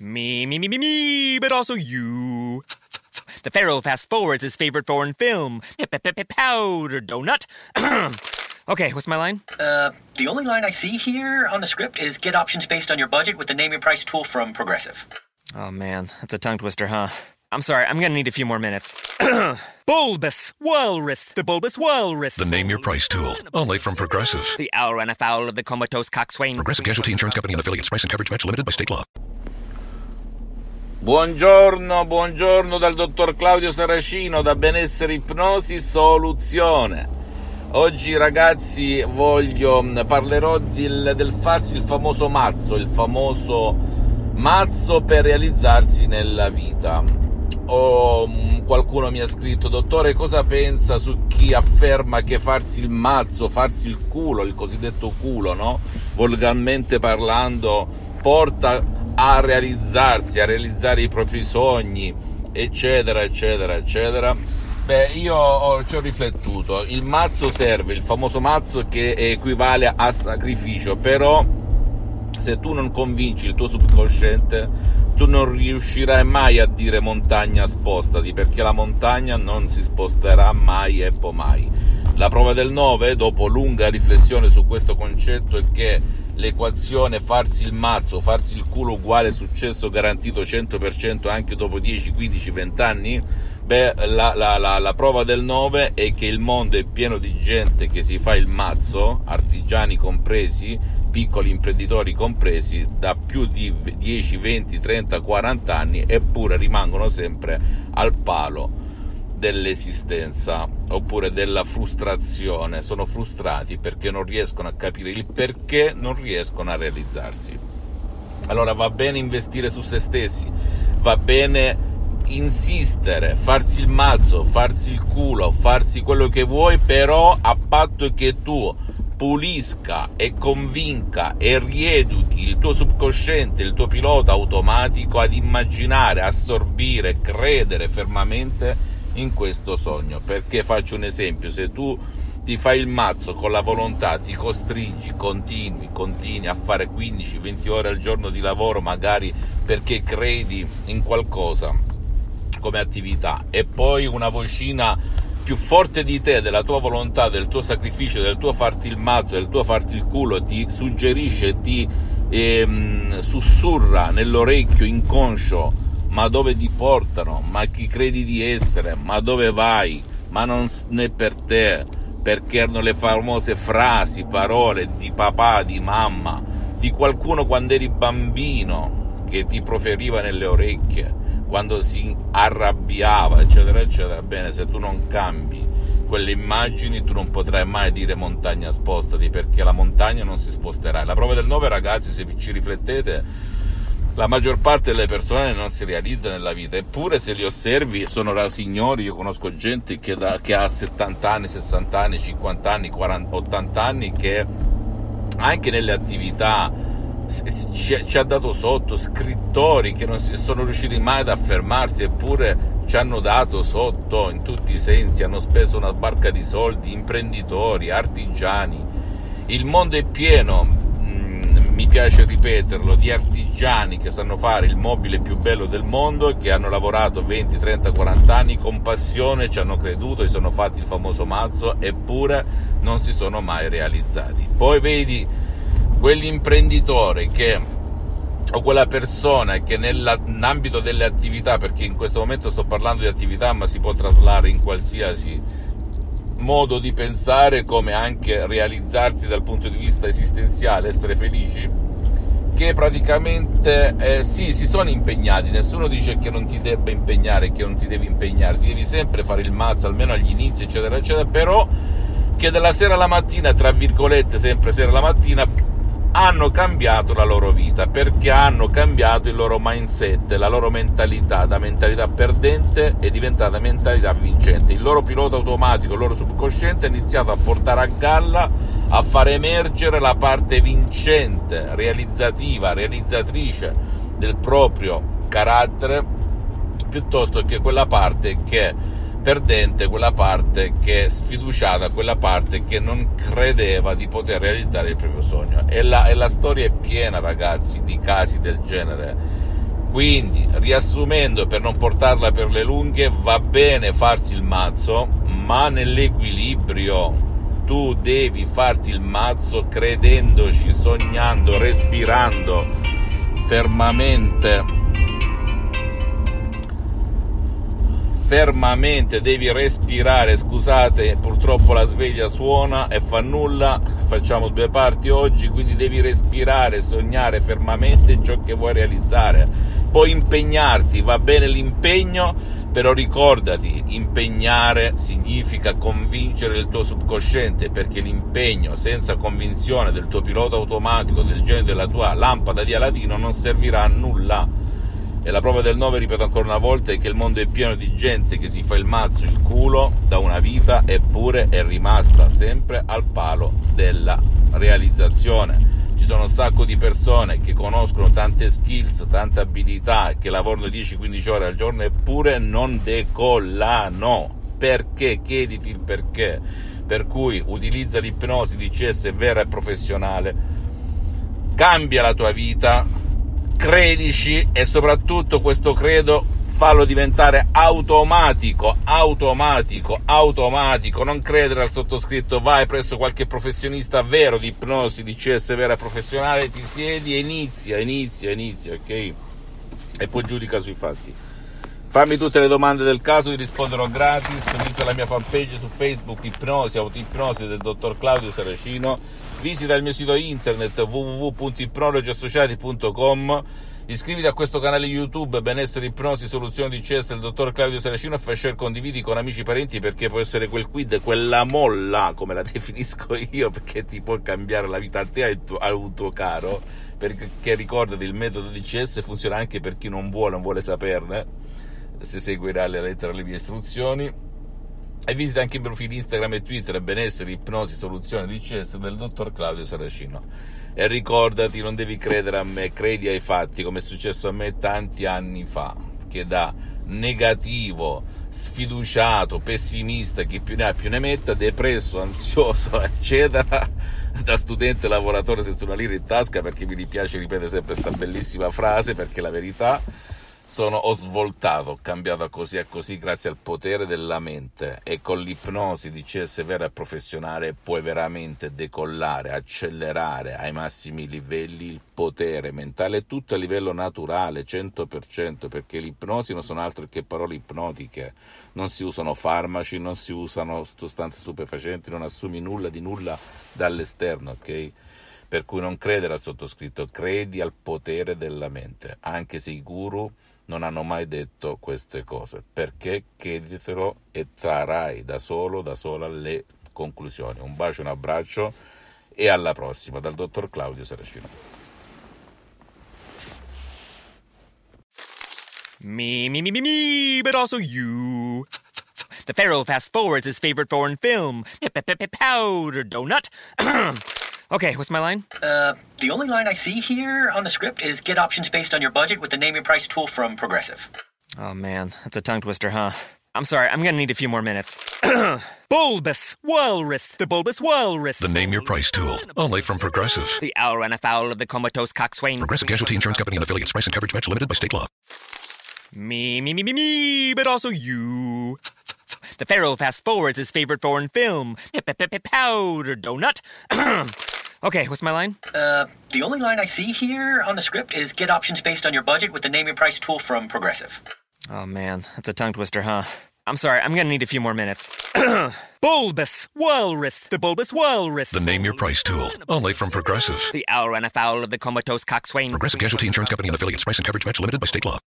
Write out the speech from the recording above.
Me, but also you. The Pharaoh fast forwards his favorite foreign film, Powder Donut. Okay, what's my line? The only line I see here on the script is get options based on your budget with the Name Your Price tool from Progressive. Oh man, that's a tongue twister, huh? I'm sorry, I'm gonna need a few more minutes. Bulbous Walrus, the Bulbous Walrus. The Name Your Price tool, only from Progressive. The owl ran afoul of the comatose coxswain. Progressive Casualty Insurance Company and affiliates. Price and coverage match limited by state law. Buongiorno dal dottor Claudio Saracino da Benessere Ipnosi Soluzione. Oggi ragazzi parlerò del farsi il famoso mazzo per realizzarsi nella vita. Qualcuno mi ha scritto: dottore, cosa pensa su chi afferma che farsi il mazzo, farsi il culo, il cosiddetto culo, no? Volgarmente parlando, porta a realizzare i propri sogni, eccetera eccetera eccetera. Beh, io ci ho riflettuto. Il mazzo serve, il famoso mazzo che equivale a sacrificio, però se tu non convinci il tuo subconsciente, tu non riuscirai mai a dire montagna spostati, perché la montagna non si sposterà mai e poi mai. La prova del 9, dopo lunga riflessione su questo concetto, è che l'equazione farsi il mazzo, farsi il culo uguale successo garantito 100% anche dopo 10, 15, 20 anni. Beh, la prova del 9 è che il mondo è pieno di gente che si fa il mazzo, artigiani compresi, piccoli imprenditori compresi, da più di 10, 20, 30, 40 anni, eppure rimangono sempre al palo dell'esistenza oppure della frustrazione. Sono frustrati perché non riescono a capire il perché non riescono a realizzarsi. Allora va bene investire su se stessi, va bene insistere, farsi il mazzo, farsi il culo, farsi quello che vuoi, però a patto che tu pulisca e convinca e rieduchi il tuo subconsciente, il tuo pilota automatico ad immaginare, assorbire, credere fermamente in questo sogno. Perché faccio un esempio: se tu ti fai il mazzo con la volontà, ti costringi, continui a fare 15-20 ore al giorno di lavoro, magari perché credi in qualcosa come attività, e poi una vocina più forte di te, della tua volontà, del tuo sacrificio, del tuo farti il mazzo, del tuo farti il culo, ti suggerisce, ti sussurra nell'orecchio inconscio: ma dove ti portano? Ma chi credi di essere? Ma dove vai? Ma non è per te, perché erano le famose frasi, parole di papà, di mamma, di qualcuno quando eri bambino che ti proferiva nelle orecchie quando si arrabbiava, eccetera eccetera. Bene, se tu non cambi quelle immagini, tu non potrai mai dire montagna spostati, perché la montagna non si sposterà. La prova del 9, ragazzi, se ci riflettete, la maggior parte delle persone non si realizza nella vita, eppure se li osservi sono signori. Io conosco gente che ha 70 anni, 60 anni, 50 anni, 40, 80 anni, che anche nelle attività ci ha dato sotto, scrittori che non sono riusciti mai ad affermarsi, eppure ci hanno dato sotto in tutti i sensi, hanno speso una barca di soldi, imprenditori, artigiani. Il mondo è pieno, mi piace ripeterlo, di artigiani che sanno fare il mobile più bello del mondo, che hanno lavorato 20, 30, 40 anni con passione, ci hanno creduto, si sono fatti il famoso mazzo, eppure non si sono mai realizzati. Poi vedi quell'imprenditore o quella persona che nell'ambito delle attività, perché in questo momento sto parlando di attività, ma si può traslare in qualsiasi modo di pensare, come anche realizzarsi dal punto di vista esistenziale, essere felici, che praticamente si sono impegnati. Nessuno dice che non ti debba impegnare, che non ti devi impegnare, ti devi sempre fare il mazzo, almeno agli inizi, eccetera eccetera, però che dalla sera alla mattina, tra virgolette sempre sera alla mattina, hanno cambiato la loro vita, perché hanno cambiato il loro mindset, la loro mentalità. Da mentalità perdente è diventata mentalità vincente. Il loro pilota automatico, il loro subconsciente ha iniziato a portare a galla, a far emergere la parte vincente, realizzativa, realizzatrice del proprio carattere, piuttosto che quella parte che perdente, quella parte che è sfiduciata, quella parte che non credeva di poter realizzare il proprio sogno. E la storia è piena, ragazzi, di casi del genere. Quindi, riassumendo, per non portarla per le lunghe, va bene farsi il mazzo, ma nell'equilibrio. Tu devi farti il mazzo credendoci, sognando, respirando fermamente devi respirare. Scusate, purtroppo la sveglia suona e fa nulla, facciamo 2 parti oggi, quindi devi respirare, sognare fermamente ciò che vuoi realizzare, poi impegnarti. Va bene l'impegno, però ricordati, impegnare significa convincere il tuo subconsciente, perché l'impegno senza convinzione del tuo pilota automatico, del genio della tua lampada di Aladino, non servirà a nulla. E la prova del 9, ripeto ancora una volta, è che il mondo è pieno di gente che si fa il mazzo, il culo, da una vita, eppure è rimasta sempre al palo della realizzazione. Ci sono un sacco di persone che conoscono tante skills, tante abilità, che lavorano 10-15 ore al giorno, eppure non decollano. Perché? Chiediti il perché. Per cui utilizza l'ipnosi DCS vera e professionale, cambia la tua vita, credici, e soprattutto questo credo fallo diventare automatico. Non credere al sottoscritto. Vai presso qualche professionista vero di ipnosi DCS vera e professionale, ti siedi e inizia, ok? E poi giudica sui fatti. Fammi tutte le domande del caso, ti risponderò gratis. Visita la mia fanpage su Facebook, Ipnosi, Autoipnosi del dottor Claudio Saracino. Visita il mio sito internet www.ipnologiassociati.com. Iscriviti a questo canale YouTube Benessere Ipnosi Soluzioni DCS del dottor Claudio Saracino e fai share, condividi con amici e parenti, perché può essere quel quid, quella molla, come la definisco io, perché ti può cambiare la vita a te e a un tuo caro. Perché ricordati, il metodo DCS funziona anche per chi non vuole saperne, se seguirà alle lettere le mie istruzioni. E visita anche i profili Instagram e Twitter Benessere Ipnosi Soluzione DCS del dottor Claudio Saracino. E ricordati, non devi credere a me, credi ai fatti, come è successo a me tanti anni fa, che da negativo, sfiduciato, pessimista, chi più ne ha più ne metta, depresso, ansioso, eccetera, da studente lavoratore senza una lira in tasca, perché mi piace ripetere sempre questa bellissima frase, perché la verità, ho svoltato, ho cambiato a così e così grazie al potere della mente, e con l'ipnosi DCS vera e professionale puoi veramente decollare, accelerare ai massimi livelli il potere mentale, tutto a livello naturale, 100%, perché l'ipnosi non sono altro che parole ipnotiche, non si usano farmaci, non si usano sostanze stupefacenti, non assumi nulla di nulla dall'esterno, ok? Per cui non credere al sottoscritto, credi al potere della mente, anche se i guru non hanno mai detto queste cose, perché creditelo e trarrai da sola le conclusioni. Un bacio, un abbraccio e alla prossima dal dottor Claudio Saracino. Me, but also you. The Pharaoh fast forwards his favorite foreign film, Powder Donut. Okay, what's my line? The only line I see here on the script is get options based on your budget with the Name Your Price tool from Progressive. Oh man, that's a tongue twister, huh? I'm sorry, I'm gonna need a few more minutes. Bulbous Walrus, the Bulbous Walrus. The Name Your Price tool, only from Progressive. The owl ran afoul of the comatose coxswain. Progressive Casualty Insurance Company and affiliates. Price and coverage match limited by state law. Me, but also you. The Pharaoh fast forwards his favorite foreign film, Powder Donut. Okay, what's my line? The only line I see here on the script is get options based on your budget with the Name Your Price tool from Progressive. Oh man, that's a tongue twister, huh? I'm sorry, I'm gonna need a few more minutes. Bulbous Walrus, the Bulbous Walrus. The Name Your Price tool, only from Progressive. The owl ran afoul of the comatose coxswain. Progressive Casualty Insurance Company and affiliates. Price and coverage match limited by state law.